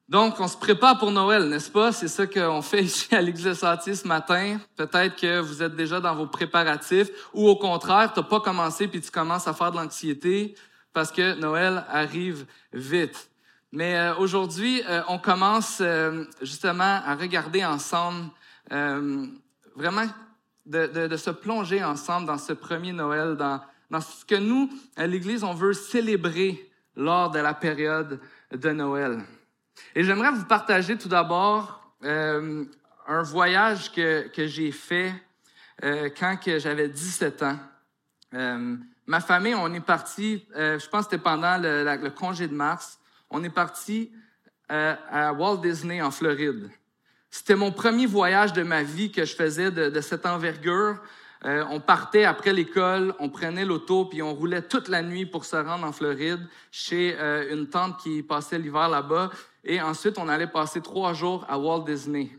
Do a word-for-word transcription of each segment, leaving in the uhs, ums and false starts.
Donc, on se prépare pour Noël, n'est-ce pas? C'est ça qu'on fait ici à l'Église Sentier ce matin. Peut-être que vous êtes déjà dans vos préparatifs ou au contraire, tu n'as pas commencé puis tu commences à faire de l'anxiété parce que Noël arrive vite. Mais euh, aujourd'hui, euh, on commence euh, justement à regarder ensemble, euh, vraiment de, de, de se plonger ensemble dans ce premier Noël, dans, dans ce que nous, à l'Église, on veut célébrer lors de la période de Noël. Et j'aimerais vous partager tout d'abord euh, un voyage que, que j'ai fait euh, quand que j'avais dix-sept ans. Euh, ma famille, on est parti, euh, je pense que c'était pendant le, la, le congé de mars, on est parti euh, à Walt Disney en Floride. C'était mon premier voyage de ma vie que je faisais de, de cette envergure. Euh, on partait après l'école, on prenait l'auto puis on roulait toute la nuit pour se rendre en Floride chez euh, une tante qui passait l'hiver là-bas. Et ensuite, on allait passer trois jours à Walt Disney.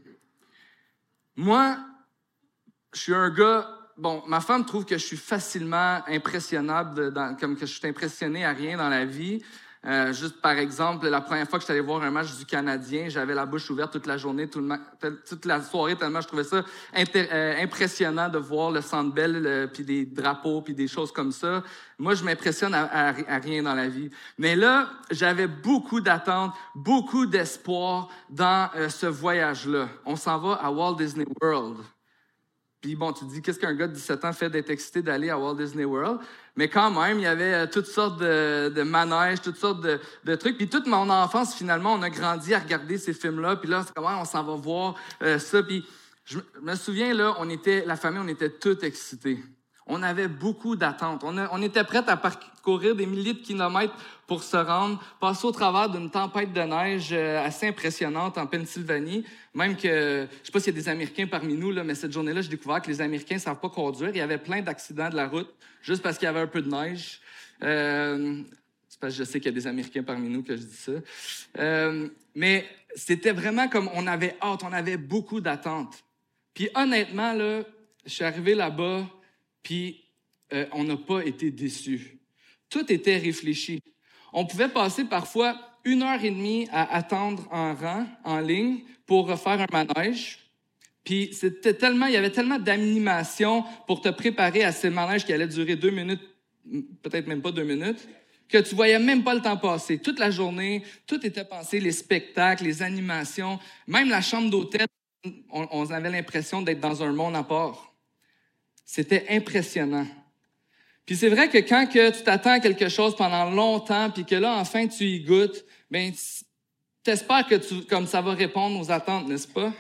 Moi, je suis un gars... Bon, ma femme trouve que je suis facilement impressionnable, dans, comme que je suis impressionné à rien dans la vie. Euh, juste par exemple, la première fois que je suis allé voir un match du Canadien, j'avais la bouche ouverte toute la journée, tout le ma- toute la soirée, tellement je trouvais ça inter- euh, impressionnant de voir le Centre Bell, euh, puis des drapeaux, puis des choses comme ça. Moi, je m'impressionne à, à, à rien dans la vie. Mais là, j'avais beaucoup d'attentes, beaucoup d'espoir dans euh, ce voyage-là. On s'en va à Walt Disney World. Puis bon, tu te dis, qu'est-ce qu'un gars de dix-sept ans fait d'être excité d'aller à Walt Disney World? Mais quand même, il y avait euh, toutes sortes de, de manèges, toutes sortes de, de trucs. Puis toute mon enfance, finalement, on a grandi à regarder ces films-là. Puis là, c'est comment on s'en va voir euh, ça. Puis je me souviens, là, on était, la famille, on était tous excités. On avait beaucoup d'attentes. On, a, on était prêts à parcourir des milliers de kilomètres pour se rendre, passer au travers d'une tempête de neige assez impressionnante en Pennsylvanie. Même que, je sais pas s'il y a des Américains parmi nous, là, mais cette journée-là, j'ai découvert que les Américains ne savent pas conduire. Il y avait plein d'accidents de la route juste parce qu'il y avait un peu de neige. Euh, c'est parce que je sais qu'il y a des Américains parmi nous que je dis ça. Euh, mais c'était vraiment comme on avait hâte, on avait beaucoup d'attentes. Puis honnêtement, là, je suis arrivé là-bas, puis euh, on n'a pas été déçus. Tout était réfléchi. On pouvait passer parfois une heure et demie à attendre en rang, en ligne, pour refaire un manège. Puis c'était tellement, il y avait tellement d'animation pour te préparer à ces manèges qui allaient durer deux minutes, peut-être même pas deux minutes, que tu voyais même pas le temps passer. Toute la journée, tout était pensé, les spectacles, les animations, même la chambre d'hôtel, on, on avait l'impression d'être dans un monde à part. C'était impressionnant. Puis c'est vrai que quand que tu t'attends à quelque chose pendant longtemps, puis que là, enfin, tu y goûtes, bien, t'espères que tu, comme ça va répondre aux attentes, n'est-ce pas?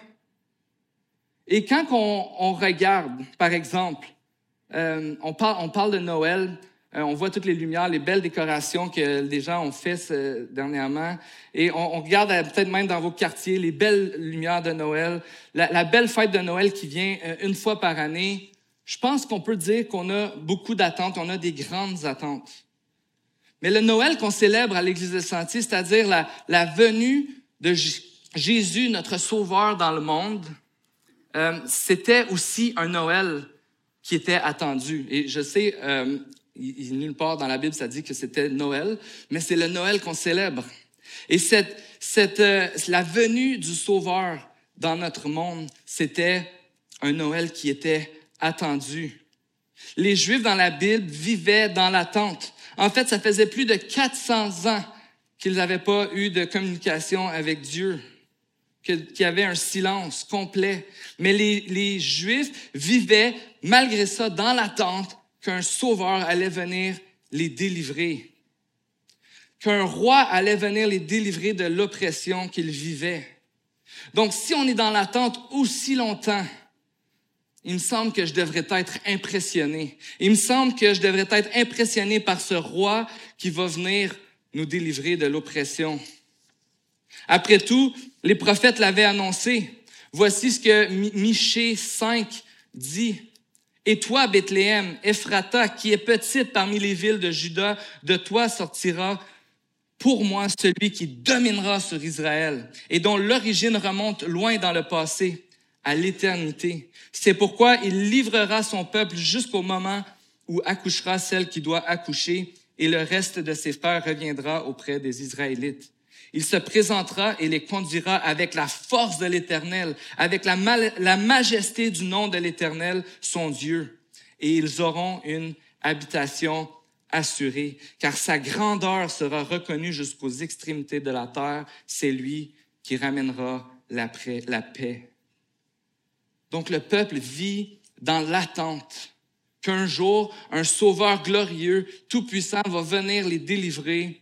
Et quand on, on regarde, par exemple, euh, on, parle, on parle de Noël, euh, on voit toutes les lumières, les belles décorations que les gens ont fait ce, dernièrement, et on, on regarde euh, peut-être même dans vos quartiers les belles lumières de Noël, la, la belle fête de Noël qui vient euh, une fois par année. Je pense qu'on peut dire qu'on a beaucoup d'attentes, on a des grandes attentes. Mais le Noël qu'on célèbre à l'Église des Sentiers, c'est-à-dire la, la venue de J- Jésus, notre Sauveur dans le monde, euh, c'était aussi un Noël qui était attendu. Et je sais, euh, il, il, nulle part dans la Bible ça dit que c'était Noël, mais c'est le Noël qu'on célèbre. Et cette, cette, euh, la venue du Sauveur dans notre monde, c'était un Noël qui était attendu. Les Juifs dans la Bible vivaient dans l'attente. En fait, ça faisait plus de quatre cents ans qu'ils n'avaient pas eu de communication avec Dieu, qu'il y avait un silence complet. Mais les, les Juifs vivaient, malgré ça, dans l'attente qu'un sauveur allait venir les délivrer, qu'un roi allait venir les délivrer de l'oppression qu'ils vivaient. Donc, si on est dans l'attente aussi longtemps, il me semble que je devrais être impressionné. Il me semble que je devrais être impressionné par ce roi qui va venir nous délivrer de l'oppression. Après tout, les prophètes l'avaient annoncé. Voici ce que Michée cinq dit. « Et toi, Bethléem, Ephrata, qui est petite parmi les villes de Juda, de toi sortira pour moi celui qui dominera sur Israël et dont l'origine remonte loin dans le passé, à l'éternité. C'est pourquoi il livrera son peuple jusqu'au moment où accouchera celle qui doit accoucher et le reste de ses frères reviendra auprès des Israélites. Il se présentera et les conduira avec la force de l'Éternel, avec la, mal, la majesté du nom de l'Éternel, son Dieu. Et ils auront une habitation assurée, car sa grandeur sera reconnue jusqu'aux extrémités de la terre. C'est lui qui ramènera la paix. Donc le peuple vit dans l'attente qu'un jour, un sauveur glorieux, tout-puissant va venir les délivrer.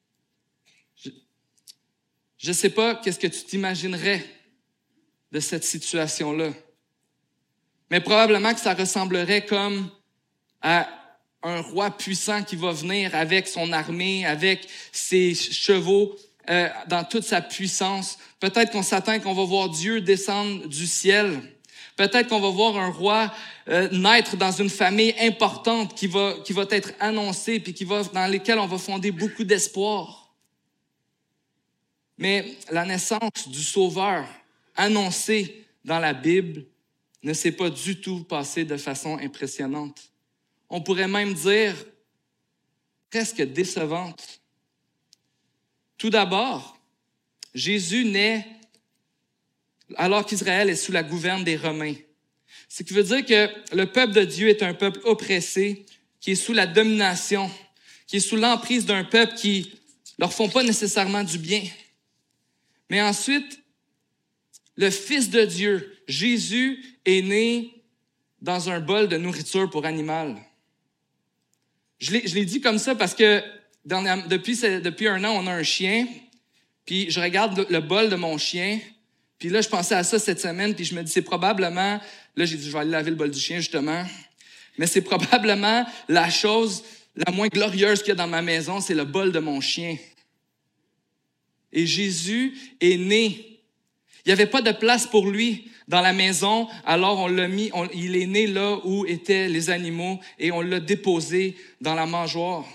Je ne sais pas qu'est-ce que tu t'imaginerais de cette situation-là, mais probablement que ça ressemblerait comme à un roi puissant qui va venir avec son armée, avec ses chevaux, euh, dans toute sa puissance. Peut-être qu'on s'attend qu'on va voir Dieu descendre du ciel. Peut-être qu'on va voir un roi euh, naître dans une famille importante qui va, qui va être annoncée puis qui va, dans lesquelles on va fonder beaucoup d'espoir. Mais la naissance du Sauveur annoncée dans la Bible ne s'est pas du tout passée de façon impressionnante. On pourrait même dire presque décevante. Tout d'abord, Jésus naît alors qu'Israël est sous la gouverne des Romains. Ce qui veut dire que le peuple de Dieu est un peuple oppressé, qui est sous la domination, qui est sous l'emprise d'un peuple qui leur font pas nécessairement du bien. Mais ensuite, le Fils de Dieu, Jésus, est né dans un bol de nourriture pour animal. Je l'ai, je l'ai dit comme ça parce que dans, depuis, depuis un an, on a un chien, puis je regarde le, le bol de mon chien, puis là, je pensais à ça cette semaine, puis je me dis, c'est probablement, là, j'ai dit, je vais aller laver le bol du chien, justement, mais c'est probablement la chose la moins glorieuse qu'il y a dans ma maison, c'est le bol de mon chien. Et Jésus est né. Il n'y avait pas de place pour lui dans la maison, alors on l'a mis, on, il est né là où étaient les animaux et on l'a déposé dans la mangeoire.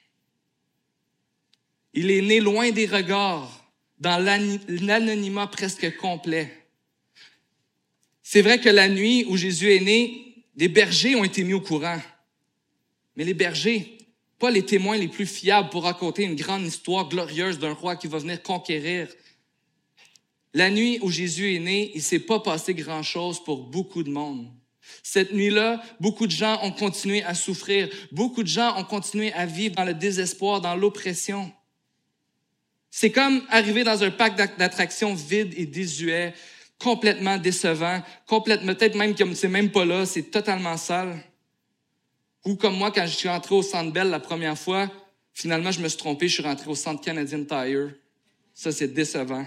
Il est né loin des regards, dans l'anonymat presque complet. C'est vrai que la nuit où Jésus est né, des bergers ont été mis au courant. Mais les bergers, pas les témoins les plus fiables pour raconter une grande histoire glorieuse d'un roi qui va venir conquérir. La nuit où Jésus est né, il ne s'est pas passé grand-chose pour beaucoup de monde. Cette nuit-là, beaucoup de gens ont continué à souffrir. Beaucoup de gens ont continué à vivre dans le désespoir, dans l'oppression. C'est comme arriver dans un parc d'attractions vide et désuet, complètement décevant, complètement, peut-être même que c'est même pas là, c'est totalement sale. Ou comme moi, quand je suis rentré au Centre Bell la première fois, finalement, je me suis trompé, je suis rentré au Centre Canadian Tire. Ça, c'est décevant.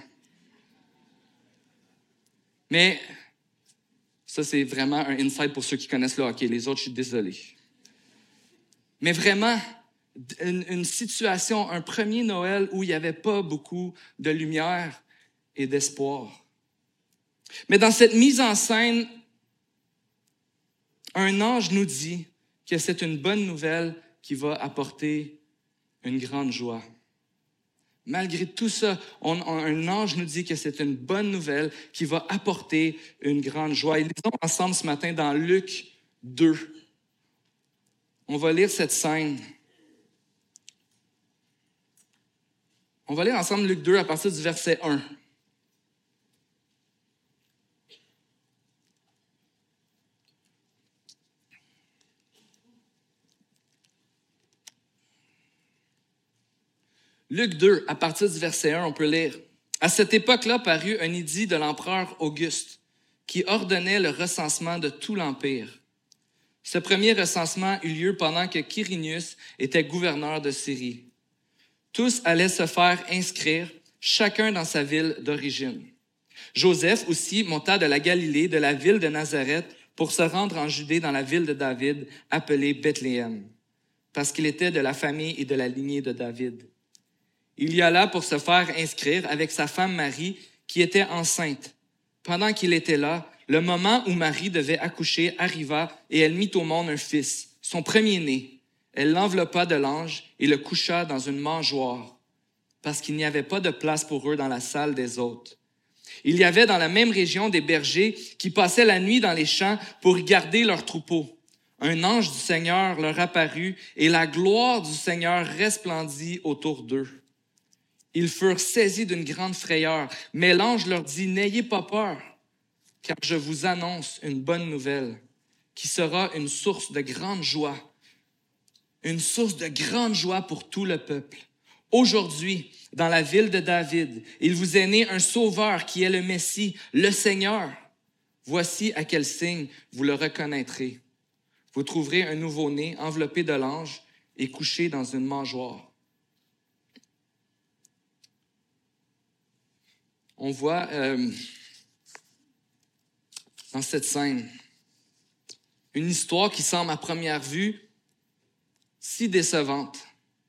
Mais ça, c'est vraiment un insight pour ceux qui connaissent le hockey. Les autres, je suis désolé. Mais vraiment, une, une situation, un premier Noël où il n'y avait pas beaucoup de lumière et d'espoir. Mais dans cette mise en scène, un ange nous dit que c'est une bonne nouvelle qui va apporter une grande joie. Malgré tout ça, on, on, un ange nous dit que c'est une bonne nouvelle qui va apporter une grande joie. Et lisons ensemble ce matin dans Luc deux. On va lire cette scène. On va lire ensemble Luc deux à partir du verset un. Luc deux, à partir du verset un, on peut lire. « À cette époque-là parut un édit de l'empereur Auguste qui ordonnait le recensement de tout l'Empire. Ce premier recensement eut lieu pendant que Quirinius était gouverneur de Syrie. Tous allaient se faire inscrire, chacun dans sa ville d'origine. Joseph aussi monta de la Galilée, de la ville de Nazareth, pour se rendre en Judée dans la ville de David, appelée Bethléem, parce qu'il était de la famille et de la lignée de David. Il y alla pour se faire inscrire avec sa femme Marie, qui était enceinte. Pendant qu'il était là, le moment où Marie devait accoucher arriva et elle mit au monde un fils, son premier-né. Elle l'enveloppa de linge et le coucha dans une mangeoire, parce qu'il n'y avait pas de place pour eux dans la salle des hôtes. Il y avait dans la même région des bergers qui passaient la nuit dans les champs pour y garder leurs troupeaux. Un ange du Seigneur leur apparut et la gloire du Seigneur resplendit autour d'eux. Ils furent saisis d'une grande frayeur. Mais l'ange leur dit, « N'ayez pas peur, car je vous annonce une bonne nouvelle qui sera une source de grande joie, une source de grande joie pour tout le peuple. Aujourd'hui, dans la ville de David, il vous est né un sauveur qui est le Messie, le Seigneur. Voici à quel signe vous le reconnaîtrez. Vous trouverez un nouveau-né enveloppé de langes et couché dans une mangeoire. » On voit euh, dans cette scène une histoire qui semble à première vue si décevante.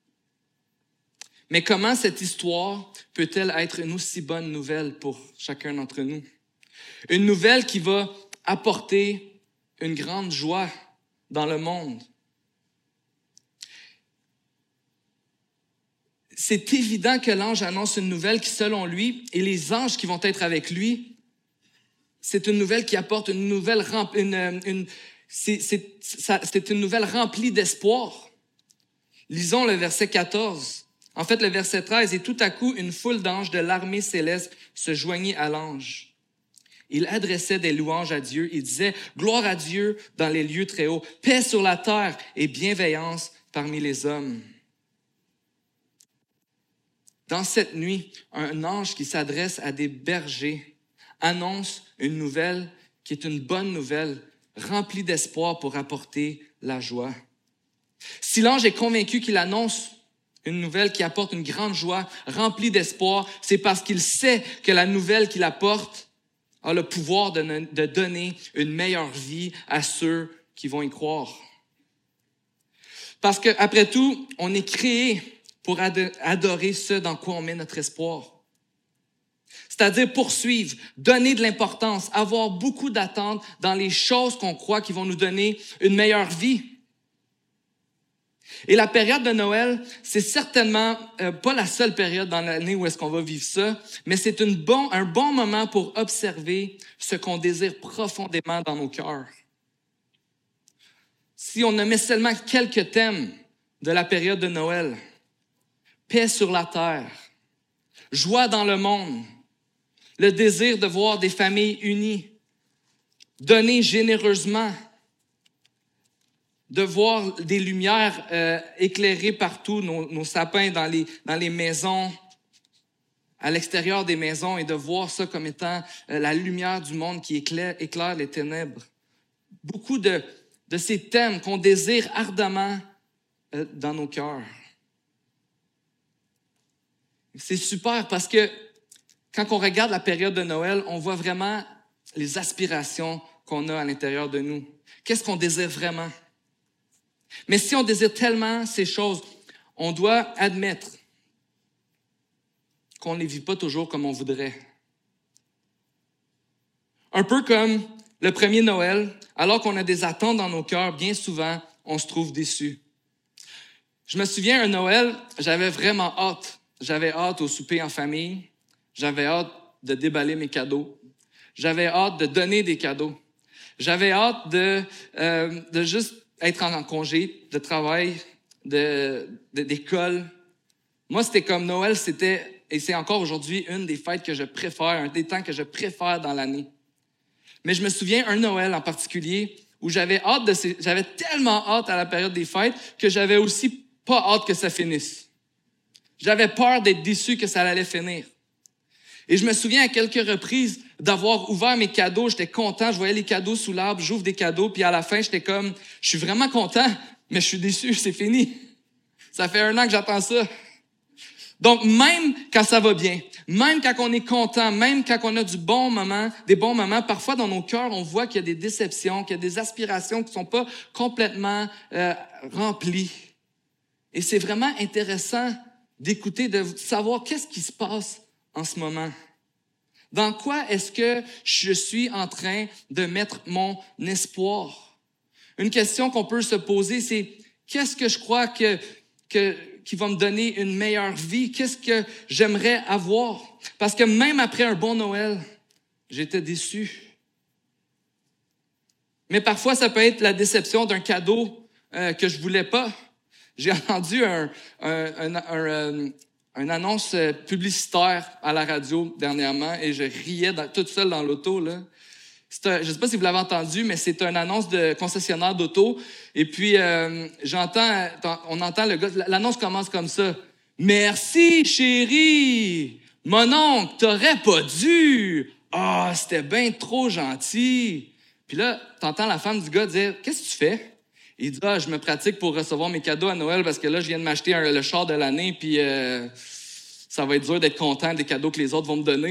Mais comment cette histoire peut-elle être une aussi bonne nouvelle pour chacun d'entre nous? Une nouvelle qui va apporter une grande joie dans le monde. C'est évident que l'ange annonce une nouvelle qui, selon lui, et les anges qui vont être avec lui, c'est une nouvelle qui apporte une nouvelle remplie, une, une, c'est, c'est, ça, c'est une nouvelle remplie d'espoir. Lisons le verset quatorze. En fait, le verset treize, « Et tout à coup, une foule d'anges de l'armée céleste se joignit à l'ange. Il adressait des louanges à Dieu. Il disait, « Gloire à Dieu dans les lieux très hauts, paix sur la terre et bienveillance parmi les hommes. » Dans cette nuit, un ange qui s'adresse à des bergers annonce une nouvelle qui est une bonne nouvelle, remplie d'espoir pour apporter la joie. Si l'ange est convaincu qu'il annonce une nouvelle qui apporte une grande joie, remplie d'espoir, c'est parce qu'il sait que la nouvelle qu'il apporte a le pouvoir de, de donner une meilleure vie à ceux qui vont y croire. Parce qu'après tout, on est créé pour adorer ce dans quoi on met notre espoir. C'est-à-dire poursuivre, donner de l'importance, avoir beaucoup d'attentes dans les choses qu'on croit qui vont nous donner une meilleure vie. Et la période de Noël, c'est certainement euh, pas la seule période dans l'année où est-ce qu'on va vivre ça, mais c'est une bon, un bon moment pour observer ce qu'on désire profondément dans nos cœurs. Si on nommait seulement quelques thèmes de la période de Noël, paix sur la terre, joie dans le monde, le désir de voir des familles unies, donner généreusement, de voir des lumières euh, éclairer partout, nos, nos sapins dans les, dans les maisons, à l'extérieur des maisons, et de voir ça comme étant euh, la lumière du monde qui éclaire, éclaire les ténèbres. Beaucoup de, de ces thèmes qu'on désire ardemment euh, dans nos cœurs. C'est super parce que quand on regarde la période de Noël, on voit vraiment les aspirations qu'on a à l'intérieur de nous. Qu'est-ce qu'on désire vraiment? Mais si on désire tellement ces choses, on doit admettre qu'on ne les vit pas toujours comme on voudrait. Un peu comme le premier Noël, alors qu'on a des attentes dans nos cœurs, bien souvent, on se trouve déçus. Je me souviens, un Noël, j'avais vraiment hâte. J'avais hâte au souper en famille. J'avais hâte de déballer mes cadeaux. J'avais hâte de donner des cadeaux. J'avais hâte de, euh, de juste être en congé, de travail, de, de, d'école. Moi, c'était comme Noël, c'était, et c'est encore aujourd'hui, une des fêtes que je préfère, un des temps que je préfère dans l'année. Mais je me souviens un Noël en particulier où j'avais hâte de ces, j'avais tellement hâte à la période des fêtes que j'avais aussi pas hâte que ça finisse. J'avais peur d'être déçu que ça allait finir. Et je me souviens à quelques reprises d'avoir ouvert mes cadeaux. J'étais content, je voyais les cadeaux sous l'arbre, j'ouvre des cadeaux, puis à la fin, j'étais comme, je suis vraiment content, mais je suis déçu, c'est fini. Ça fait un an que j'attends ça. Donc, même quand ça va bien, même quand on est content, même quand on a du bon moment, des bons moments, parfois dans nos cœurs, on voit qu'il y a des déceptions, qu'il y a des aspirations qui ne sont pas complètement euh, remplies. Et c'est vraiment intéressant d'écouter, de savoir qu'est-ce qui se passe en ce moment. Dans quoi est-ce que je suis en train de mettre mon espoir? Une question qu'on peut se poser, c'est qu'est-ce que je crois que, que, qui va me donner une meilleure vie? Qu'est-ce que j'aimerais avoir? Parce que même après un bon Noël, j'étais déçu. Mais parfois, ça peut être la déception d'un cadeau euh, que je voulais pas. J'ai entendu un, un, un, un, une annonce publicitaire à la radio dernièrement et je riais dans, toute seule dans l'auto, là. C'est un, je ne sais pas si vous l'avez entendu, mais c'est une annonce de concessionnaire d'auto. Et puis, euh, j'entends, on entend le gars, l'annonce commence comme ça. « Merci, chérie! Mon oncle, t'aurais pas dû! Ah, oh, c'était bien trop gentil! » Puis là, t'entends la femme du gars dire « Qu'est-ce que tu fais? » Il dit « Ah, je me pratique pour recevoir mes cadeaux à Noël parce que là, je viens de m'acheter un, le char de l'année, puis euh, ça va être dur d'être content des cadeaux que les autres vont me donner. »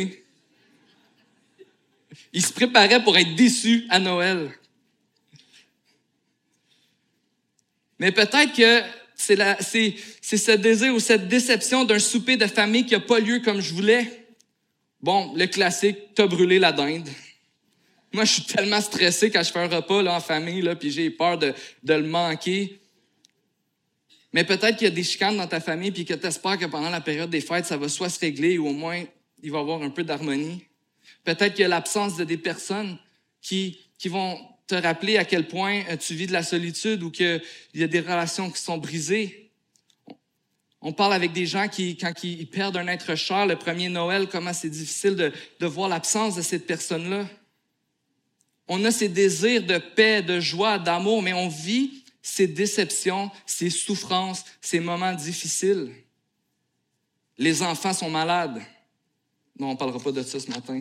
Il se préparait pour être déçu à Noël. Mais peut-être que c'est, la, c'est, c'est ce désir ou cette déception d'un souper de famille qui n'a pas lieu comme je voulais. Bon, le classique, t'as brûlé la dinde. Moi, je suis tellement stressé quand je fais un repas là, en famille, là, puis j'ai peur de, de le manquer. Mais peut-être qu'il y a des chicanes dans ta famille puis que tu espères que pendant la période des fêtes, ça va soit se régler ou au moins il va y avoir un peu d'harmonie. Peut-être qu'il y a l'absence de des personnes qui, qui vont te rappeler à quel point tu vis de la solitude ou qu'il y a des relations qui sont brisées. On parle avec des gens qui, quand ils perdent un être cher, le premier Noël, comment c'est difficile de, de voir l'absence de cette personne-là. On a ces désirs de paix, de joie, d'amour, mais on vit ces déceptions, ces souffrances, ces moments difficiles. Les enfants sont malades. Non, on ne parlera pas de ça ce matin.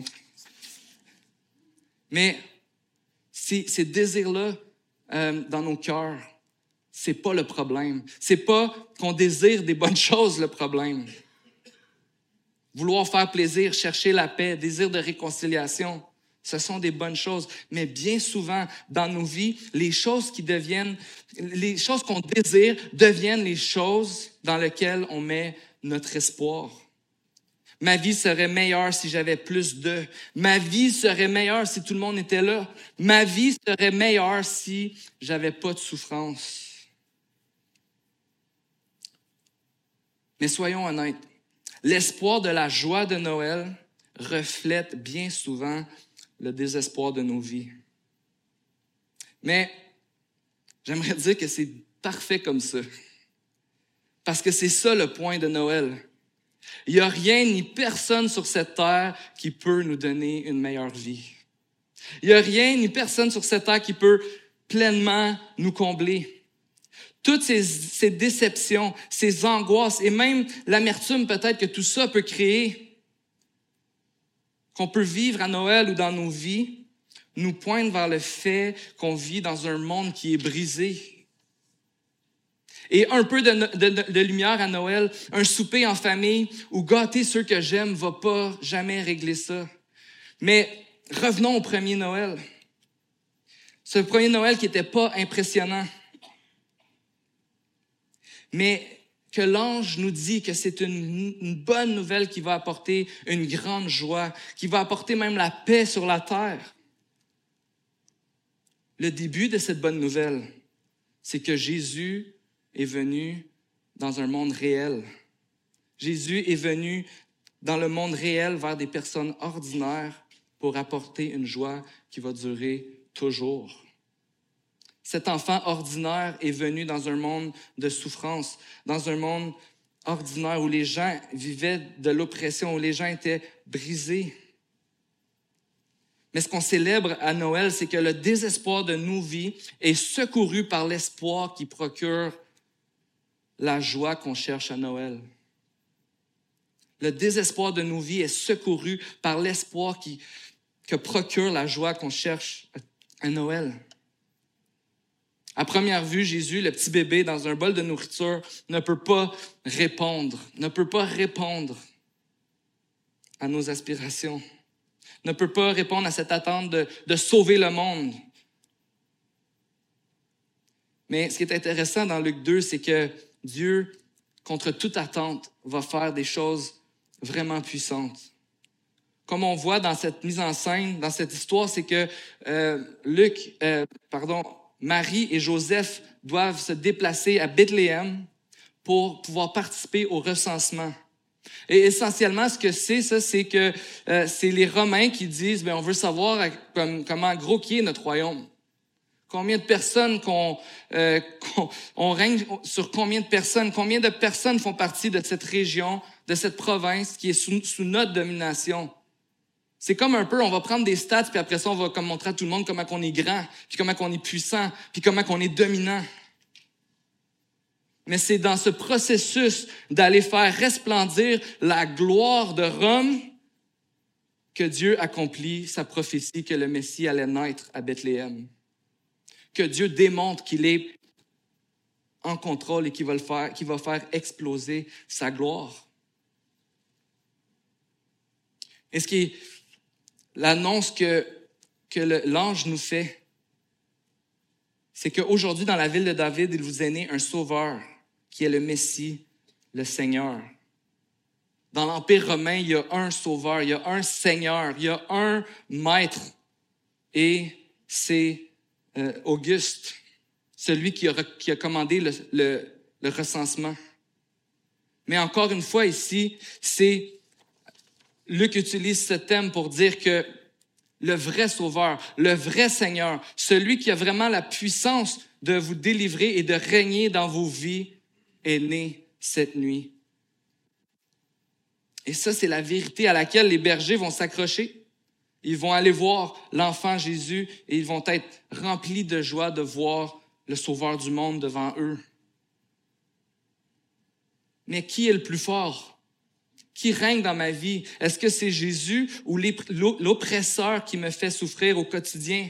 Mais ces, ces désirs-là euh, dans nos cœurs, c'est pas le problème. C'est pas qu'on désire des bonnes choses le problème. Vouloir faire plaisir, chercher la paix, désir de réconciliation, ce sont des bonnes choses. Mais bien souvent, dans nos vies, les choses qui deviennent, les choses qu'on désire deviennent les choses dans lesquelles on met notre espoir. Ma vie serait meilleure si j'avais plus de. Ma vie serait meilleure si tout le monde était là. Ma vie serait meilleure si j'avais pas de souffrance. Mais soyons honnêtes, l'espoir de la joie de Noël reflète bien souvent le désespoir de nos vies. Mais j'aimerais dire que c'est parfait comme ça. Parce que c'est ça le point de Noël. Il n'y a rien ni personne sur cette terre qui peut nous donner une meilleure vie. Il n'y a rien ni personne sur cette terre qui peut pleinement nous combler. Toutes ces, ces déceptions, ces angoisses et même l'amertume peut-être que tout ça peut créer, qu'on peut vivre à Noël ou dans nos vies, nous pointent vers le fait qu'on vit dans un monde qui est brisé. Et un peu de, de, de lumière à Noël, un souper en famille ou gâter ceux que j'aime ne va pas jamais régler ça. Mais revenons au premier Noël. Ce premier Noël qui n'était pas impressionnant. Mais que l'ange nous dit que c'est une, une bonne nouvelle qui va apporter une grande joie, qui va apporter même la paix sur la terre. Le début de cette bonne nouvelle, c'est que Jésus est venu dans un monde réel. Jésus est venu dans le monde réel vers des personnes ordinaires pour apporter une joie qui va durer toujours. Cet enfant ordinaire est venu dans un monde de souffrance, dans un monde ordinaire où les gens vivaient de l'oppression, où les gens étaient brisés. Mais ce qu'on célèbre à Noël, c'est que le désespoir de nos vies est secouru par l'espoir qui procure la joie qu'on cherche à Noël. Le désespoir de nos vies est secouru par l'espoir qui, que procure la joie qu'on cherche à Noël. À première vue, Jésus, le petit bébé dans un bol de nourriture, ne peut pas répondre, ne peut pas répondre à nos aspirations, ne peut pas répondre à cette attente de, de sauver le monde. Mais ce qui est intéressant dans Luc deux, c'est que Dieu, contre toute attente, va faire des choses vraiment puissantes. Comme on voit dans cette mise en scène, dans cette histoire, c'est que euh, Luc, euh, pardon, Marie et Joseph doivent se déplacer à Bethléem pour pouvoir participer au recensement. Et essentiellement, ce que c'est, ça, c'est que euh, c'est les Romains qui disent, ben, on veut savoir comme, comment gros qui est notre royaume. Combien de personnes qu'on, euh, qu'on on règne sur combien de personnes, combien de personnes font partie de cette région, de cette province qui est sous, sous notre domination. C'est comme un peu, on va prendre des stats, puis après ça, on va comme montrer à tout le monde comment on est grand, puis comment on est puissant, puis comment on est dominant. Mais c'est dans ce processus d'aller faire resplendir la gloire de Rome que Dieu accomplit sa prophétie que le Messie allait naître à Bethléem. Que Dieu démontre qu'il est en contrôle et qu'il va le faire, qu'il va faire exploser sa gloire. Et ce qui est l'annonce que, que le, l'ange nous fait, c'est qu'aujourd'hui, dans la ville de David, il vous est né un sauveur, qui est le Messie, le Seigneur. Dans l'Empire romain, il y a un sauveur, il y a un Seigneur, il y a un maître, et c'est euh, Auguste, celui qui a, qui a commandé le, le, le recensement. Mais encore une fois ici, c'est Luc utilise ce thème pour dire que le vrai sauveur, le vrai Seigneur, celui qui a vraiment la puissance de vous délivrer et de régner dans vos vies, est né cette nuit. Et ça, c'est la vérité à laquelle les bergers vont s'accrocher. Ils vont aller voir l'enfant Jésus et ils vont être remplis de joie de voir le Sauveur du monde devant eux. Mais qui est le plus fort? Qui règne dans ma vie? Est-ce que c'est Jésus ou l'oppresseur qui me fait souffrir au quotidien?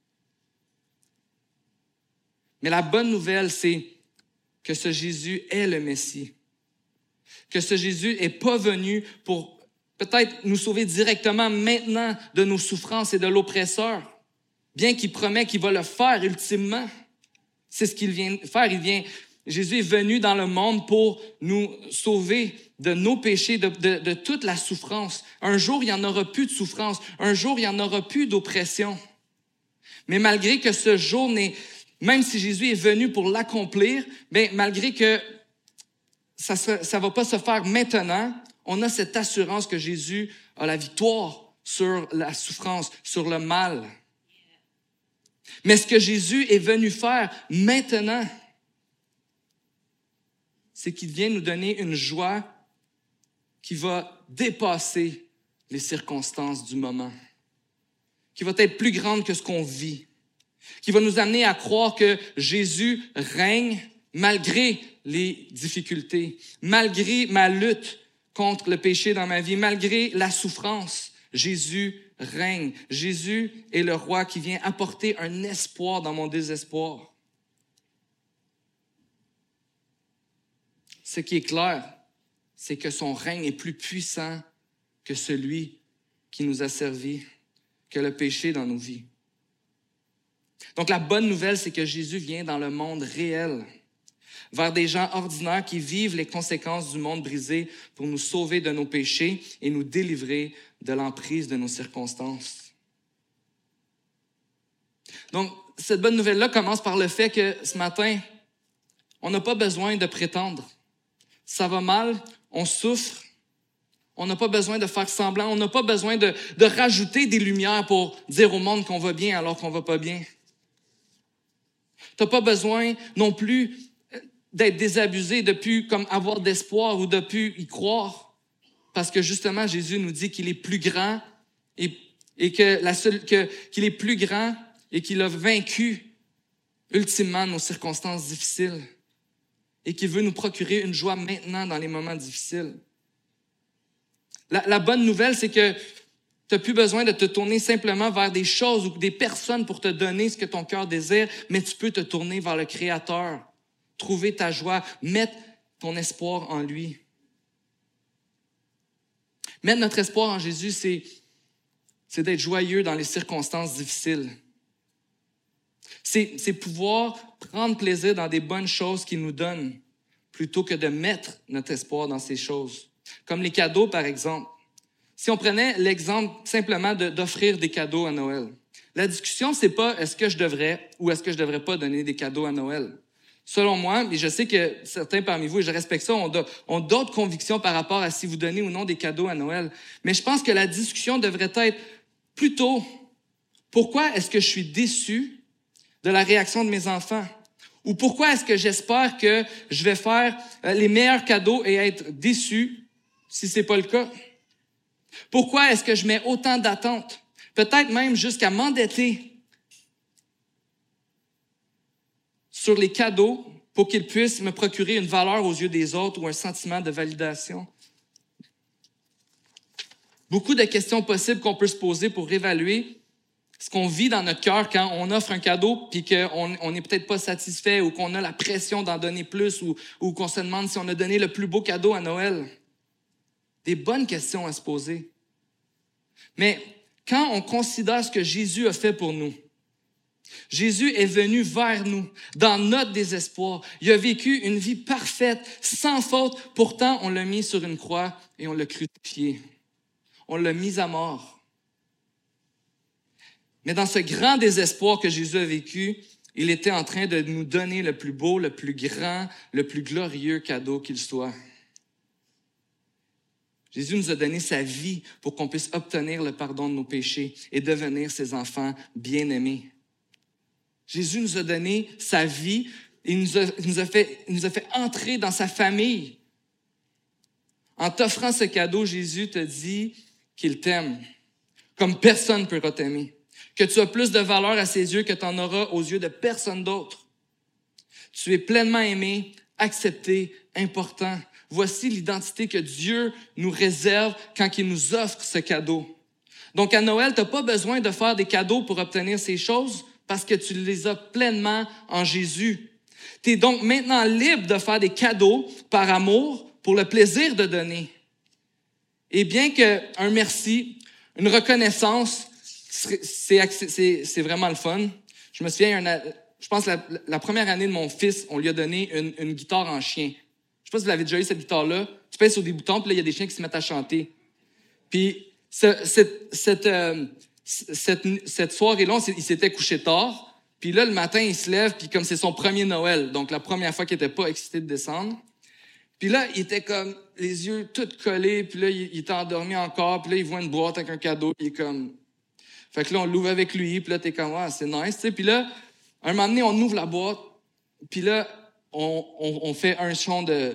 Mais la bonne nouvelle, c'est que ce Jésus est le Messie. Que ce Jésus n'est pas venu pour peut-être nous sauver directement maintenant de nos souffrances et de l'oppresseur, bien qu'il promet qu'il va le faire ultimement. C'est ce qu'il vient faire. Il vient, Jésus est venu dans le monde pour nous sauver de nos péchés, de, de, de toute la souffrance. Un jour, il n'y en aura plus de souffrance. Un jour, il n'y en aura plus d'oppression. Mais malgré que ce jour n'est, même si Jésus est venu pour l'accomplir, bien, malgré que ça ne va pas se faire maintenant, on a cette assurance que Jésus a la victoire sur la souffrance, sur le mal. Mais ce que Jésus est venu faire maintenant, c'est qu'il vient nous donner une joie qui va dépasser les circonstances du moment, qui va être plus grande que ce qu'on vit, qui va nous amener à croire que Jésus règne malgré les difficultés, malgré ma lutte contre le péché dans ma vie, malgré la souffrance. Jésus règne. Jésus est le roi qui vient apporter un espoir dans mon désespoir. Ce qui est clair, c'est que son règne est plus puissant que celui qui nous a servi, que le péché dans nos vies. Donc la bonne nouvelle, c'est que Jésus vient dans le monde réel, vers des gens ordinaires qui vivent les conséquences du monde brisé pour nous sauver de nos péchés et nous délivrer de l'emprise de nos circonstances. Donc, cette bonne nouvelle-là commence par le fait que ce matin, on n'a pas besoin de prétendre. Ça va mal, on souffre, on n'a pas besoin de faire semblant, on n'a pas besoin de, de rajouter des lumières pour dire au monde qu'on va bien alors qu'on va pas bien. Tu n'as pas besoin non plus d'être désabusé, de plus comme avoir d'espoir ou de plus y croire. Parce que justement, Jésus nous dit qu'il est plus grand et, et que la seule, que, qu'il est plus grand et qu'il a vaincu ultimement nos circonstances difficiles et qu'il veut nous procurer une joie maintenant dans les moments difficiles. La, la bonne nouvelle, c'est que tu n'as plus besoin de te tourner simplement vers des choses ou des personnes pour te donner ce que ton cœur désire, mais tu peux te tourner vers le Créateur. Trouver ta joie, mettre ton espoir en lui. Mettre notre espoir en Jésus, c'est, c'est d'être joyeux dans les circonstances difficiles. C'est, c'est pouvoir prendre plaisir dans des bonnes choses qu'il nous donne, plutôt que de mettre notre espoir dans ces choses. Comme les cadeaux, par exemple. Si on prenait l'exemple simplement de, d'offrir des cadeaux à Noël, la discussion, c'est pas est-ce que je devrais ou est-ce que je devrais pas donner des cadeaux à Noël. Selon moi, et je sais que certains parmi vous, et je respecte ça, ont, ont d'autres convictions par rapport à si vous donnez ou non des cadeaux à Noël. Mais je pense que la discussion devrait être plutôt, pourquoi est-ce que je suis déçu de la réaction de mes enfants? Ou pourquoi est-ce que j'espère que je vais faire les meilleurs cadeaux et être déçu si c'est pas le cas? Pourquoi est-ce que je mets autant d'attentes? Peut-être même jusqu'à m'endetter sur les cadeaux pour qu'ils puissent me procurer une valeur aux yeux des autres ou un sentiment de validation. Beaucoup de questions possibles qu'on peut se poser pour évaluer ce qu'on vit dans notre cœur quand on offre un cadeau puis qu'on n'est peut-être pas satisfait ou qu'on a la pression d'en donner plus ou, ou qu'on se demande si on a donné le plus beau cadeau à Noël. Des bonnes questions à se poser. Mais quand on considère ce que Jésus a fait pour nous, Jésus est venu vers nous dans notre désespoir. Il a vécu une vie parfaite, sans faute. Pourtant, on l'a mis sur une croix et on l'a crucifié. On l'a mis à mort. Mais dans ce grand désespoir que Jésus a vécu, il était en train de nous donner le plus beau, le plus grand, le plus glorieux cadeau qu'il soit. Jésus nous a donné sa vie pour qu'on puisse obtenir le pardon de nos péchés et devenir ses enfants bien-aimés. Jésus nous a donné sa vie et nous a, nous a fait, nous a fait entrer dans sa famille. En t'offrant ce cadeau, Jésus te dit qu'il t'aime, comme personne ne pourra t'aimer, que tu as plus de valeur à ses yeux que tu en auras aux yeux de personne d'autre. Tu es pleinement aimé, accepté, important. Voici l'identité que Dieu nous réserve quand il nous offre ce cadeau. Donc à Noël, tu n'as pas besoin de faire des cadeaux pour obtenir ces choses parce que tu les as pleinement en Jésus. Tu es donc maintenant libre de faire des cadeaux par amour pour le plaisir de donner. Et bien qu'un merci, une reconnaissance, c'est, c'est, c'est vraiment le fun. Je me souviens, un, je pense la, la première année de mon fils, on lui a donné une, une guitare en chien. Je sais pas si vous l'avez déjà eu, cette guitare-là. Tu pèses sur des boutons, puis là, il y a des chiens qui se mettent à chanter. Puis ce, cette, cette, euh, cette, cette soirée-là, il s'était couché tard. Puis là, le matin, il se lève, puis comme c'est son premier Noël, donc la première fois qu'il était pas excité de descendre. Puis là, il était comme les yeux tout collés, puis là, il, il était endormi encore, puis là, il voit une boîte avec un cadeau, puis il est comme... Fait que là, on l'ouvre avec lui, puis là, t'es comme, ah, c'est nice, tu sais. Puis là, un moment donné, on ouvre la boîte, puis là, on, on, on fait un son de...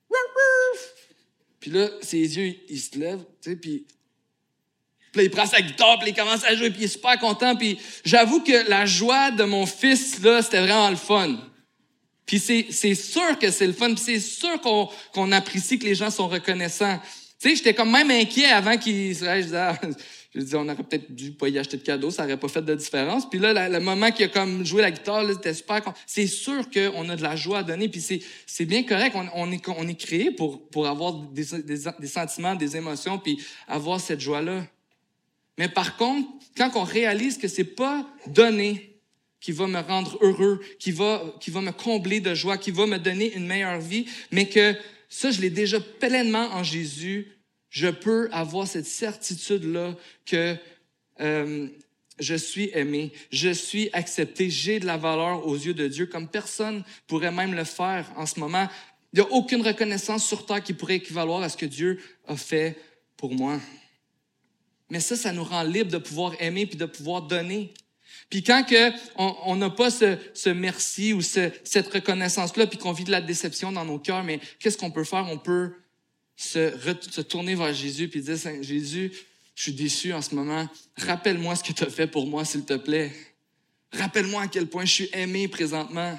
Puis là, ses yeux, ils se lèvent, tu sais, puis... Puis là, il prend sa guitare, puis il commence à jouer, puis il est super content. Puis j'avoue que la joie de mon fils, là, c'était vraiment le fun. Puis c'est, c'est sûr que c'est le fun, puis c'est sûr qu'on, qu'on apprécie que les gens sont reconnaissants. Tu sais, j'étais comme même inquiet avant qu'il se je disais, ah, je disais, on aurait peut-être dû pas y acheter de cadeau, ça aurait pas fait de différence. Puis là, le moment qu'il a comme joué la guitare, là, c'était super. C'est sûr qu'on a de la joie à donner, puis c'est, c'est bien correct. On, on est, on est créé pour, pour avoir des, des, des sentiments, des émotions, puis avoir cette joie-là. Mais par contre, quand on réalise que c'est pas donné qui va me rendre heureux, qui va, qui va me combler de joie, qui va me donner une meilleure vie, mais que ça, je l'ai déjà pleinement en Jésus, je peux avoir cette certitude-là que euh, je suis aimé, je suis accepté, j'ai de la valeur aux yeux de Dieu, comme personne pourrait même le faire en ce moment. Il n'y a aucune reconnaissance sur terre qui pourrait équivaloir à ce que Dieu a fait pour moi. Mais ça, ça nous rend libres de pouvoir aimer puis de pouvoir donner. Puis quand que on n'a pas ce, ce merci ou ce, cette reconnaissance-là puis qu'on vit de la déception dans nos cœurs, mais qu'est-ce qu'on peut faire? On peut se, se tourner vers Jésus puis dire, Jésus, je suis déçu en ce moment. Rappelle-moi ce que tu as fait pour moi, s'il te plaît. Rappelle-moi à quel point je suis aimé présentement.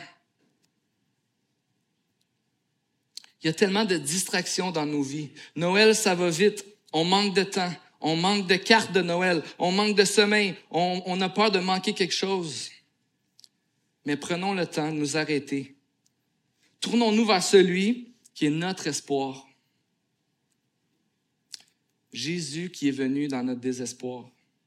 Il y a tellement de distractions dans nos vies. Noël, ça va vite. On manque de temps. On manque de cartes de Noël. On manque de sommeil. On, on a peur de manquer quelque chose. Mais prenons le temps de nous arrêter. Tournons-nous vers celui qui est notre espoir. Jésus qui est venu dans notre désespoir.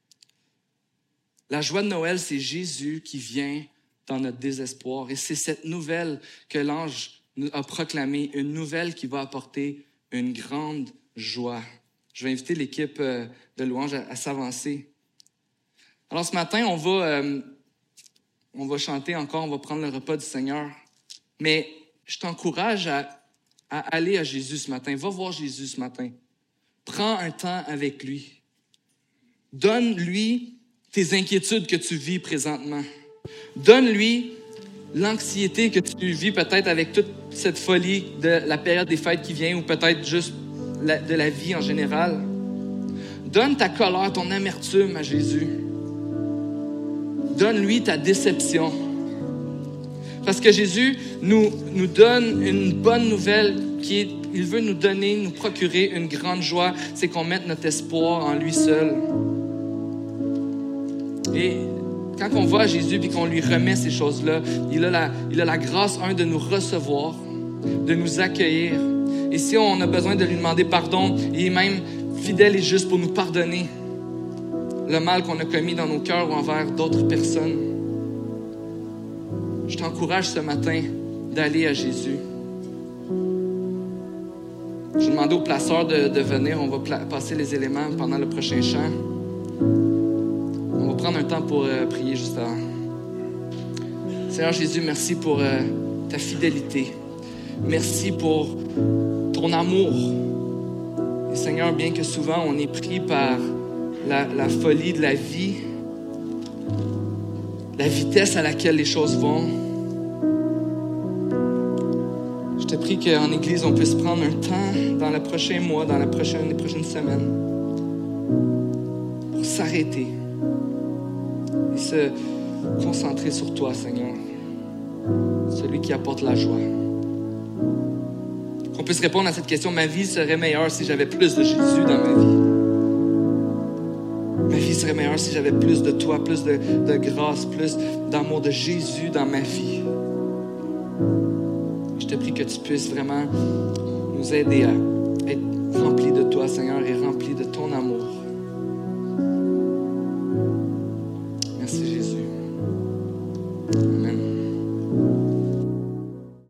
La joie de Noël, c'est Jésus qui vient dans notre désespoir. Et c'est cette nouvelle que l'ange a proclamée, une nouvelle qui va apporter une grande joie. Je vais inviter l'équipe de louange à, à s'avancer. Alors ce matin, on va, euh, on va chanter encore, on va prendre le repas du Seigneur. Mais je t'encourage à, à aller à Jésus ce matin. Va voir Jésus ce matin. Prends un temps avec lui. Donne-lui tes inquiétudes que tu vis présentement. Donne-lui l'anxiété que tu vis peut-être avec toute cette folie de la période des fêtes qui vient ou peut-être juste la, de la vie en général. Donne ta colère, ton amertume à Jésus. Donne-lui ta déception. Parce que Jésus nous, nous donne une bonne nouvelle qui est, il veut nous donner, nous procurer une grande joie, c'est qu'on mette notre espoir en lui seul. Et quand on va à Jésus et qu'on lui remet ces choses-là, il a, la, il a la grâce, un, de nous recevoir, de nous accueillir. Et si on a besoin de lui demander pardon, il est même fidèle et juste pour nous pardonner le mal qu'on a commis dans nos cœurs ou envers d'autres personnes. Je t'encourage ce matin d'aller à Jésus. Je vais demander au placeur de, de venir. On va pla- passer les éléments pendant le prochain chant. On va prendre un temps pour euh, prier juste avant. Seigneur Jésus, merci pour euh, ta fidélité. Merci pour ton amour. Et Seigneur, bien que souvent on est pris par la, la folie de la vie, la vitesse à laquelle les choses vont, je te prie qu'en Église, on puisse prendre un temps dans le prochain mois, dans la prochaine, les prochaines semaines, pour s'arrêter et se concentrer sur toi, Seigneur, celui qui apporte la joie. Qu'on puisse répondre à cette question, ma vie serait meilleure si j'avais plus de Jésus dans ma vie. Ma vie serait meilleure si j'avais plus de toi, plus de, de grâce, plus d'amour de Jésus dans ma vie. Je te prie que tu puisses vraiment nous aider à être remplis de toi, Seigneur, et remplis de ton amour.